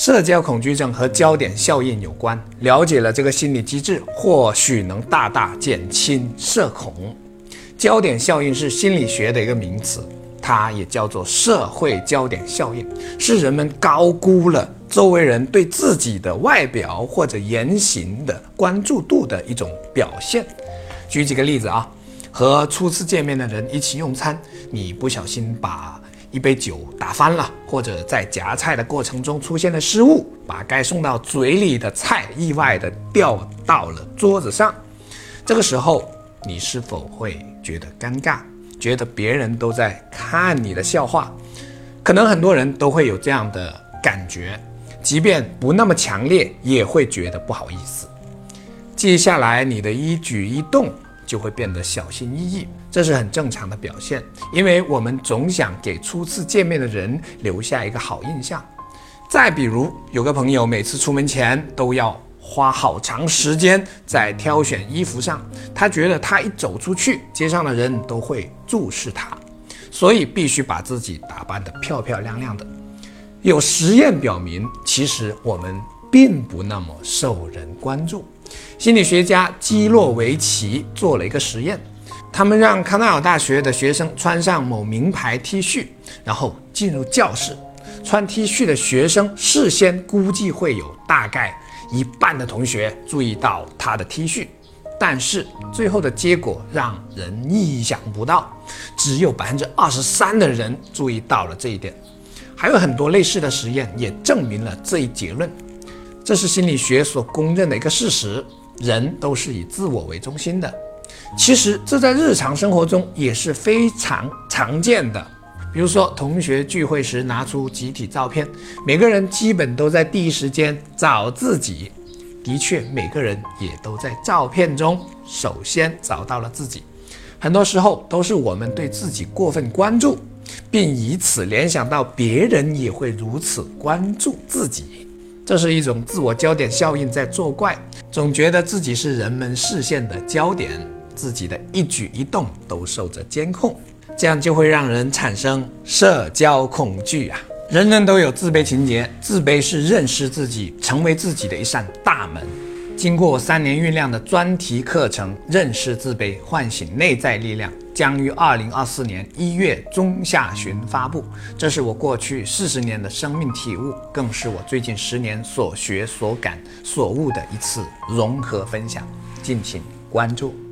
社交恐惧症和焦点效应有关，了解了这个心理机制，或许能大大减轻社恐。焦点效应是心理学的一个名词，它也叫做社会焦点效应，是人们高估了周围人对自己的外表或者言行的关注度的一种表现。举几个例子啊，和初次见面的人一起用餐，你不小心把一杯酒打翻了，或者在夹菜的过程中出现了失误，把该送到嘴里的菜意外的掉到了桌子上。这个时候你是否会觉得尴尬，觉得别人都在看你的笑话？可能很多人都会有这样的感觉，即便不那么强烈，也会觉得不好意思。接下来你的一举一动就会变得小心翼翼，这是很正常的表现，因为我们总想给初次见面的人留下一个好印象。再比如，有个朋友每次出门前都要花好长时间在挑选衣服上，他觉得他一走出去，街上的人都会注视他，所以必须把自己打扮得漂漂亮亮的。有实验表明，其实我们并不那么受人关注。心理学家基洛维奇做了一个实验，他们让康奈尔大学的学生穿上某名牌 T 恤，然后进入教室。穿 T 恤的学生事先估计会有大概一半的同学注意到他的 T 恤，但是最后的结果让人意想不到，只有 23% 的人注意到了这一点。还有很多类似的实验也证明了这一结论，这是心理学所公认的一个事实，人都是以自我为中心的。其实这在日常生活中也是非常常见的，比如说同学聚会时拿出集体照片，每个人基本都在第一时间找自己。的确，每个人也都在照片中首先找到了自己。很多时候都是我们对自己过分关注，并以此联想到别人也会如此关注自己。这是一种自我焦点效应在作怪，总觉得自己是人们视线的焦点，自己的一举一动都受着监控，这样就会让人产生社交恐惧啊。人人都有自卑情节，自卑是认识自己、成为自己的一扇大门。经过3年酝酿的专题课程《认识自卑，唤醒内在力量》将于2024年1月中下旬发布。这是我过去40年的生命体悟，更是我最近10年所学所感所悟的一次融合分享，敬请关注。